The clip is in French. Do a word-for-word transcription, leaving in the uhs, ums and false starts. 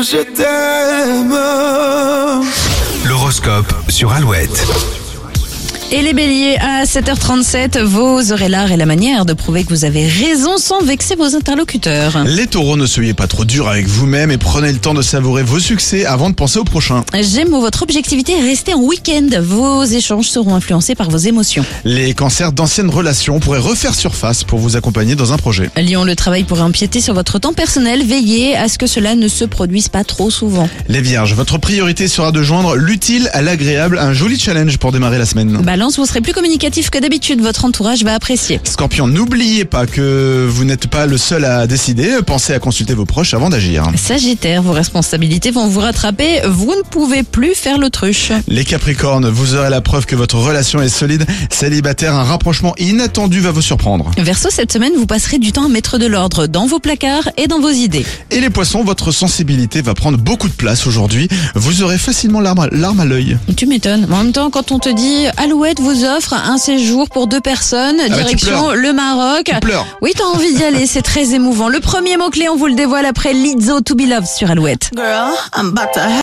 je t'aime. L'horoscope sur Alouette. Et les béliers, à sept heures trente-sept, vous aurez l'art et la manière de prouver que vous avez raison sans vexer vos interlocuteurs. Les taureaux, ne soyez pas trop durs avec vous-même et prenez le temps de savourer vos succès avant de penser au prochain. Gémeaux, votre objectivité est rester en week-end. Vos échanges seront influencés par vos émotions. Les cancers, d'anciennes relations pourraient refaire surface pour vous accompagner dans un projet. Lion, le travail pourrait empiéter sur votre temps personnel. Veillez à ce que cela ne se produise pas trop souvent. Les vierges, votre priorité sera de joindre l'utile à l'agréable, un joli challenge pour démarrer la semaine. Balance, vous serez plus communicatif que d'habitude. Votre entourage va apprécier. Scorpion, n'oubliez pas que vous n'êtes pas le seul à décider. Pensez à consulter vos proches avant d'agir. Sagittaire, vos responsabilités vont vous rattraper. Vous ne pouvez plus faire l'autruche. Les capricornes, vous aurez la preuve que votre relation est solide. Célibataire, un rapprochement inattendu va vous surprendre. Verseau, cette semaine, vous passerez du temps à mettre de l'ordre dans vos placards et dans vos idées. Et les poissons, votre sensibilité va prendre beaucoup de place aujourd'hui. Vous aurez facilement l'arme à, l'arme à l'œil. Tu m'étonnes. En même temps, quand on te dit Alouette vous offre un séjour pour deux personnes, Ah bah, direction le Maroc. Tu pleures. Oui, t'as envie d'y aller, c'est très émouvant. Le premier mot-clé, on vous le dévoile après Lizzo To Be Loved sur Alouette. Girl, I'm about to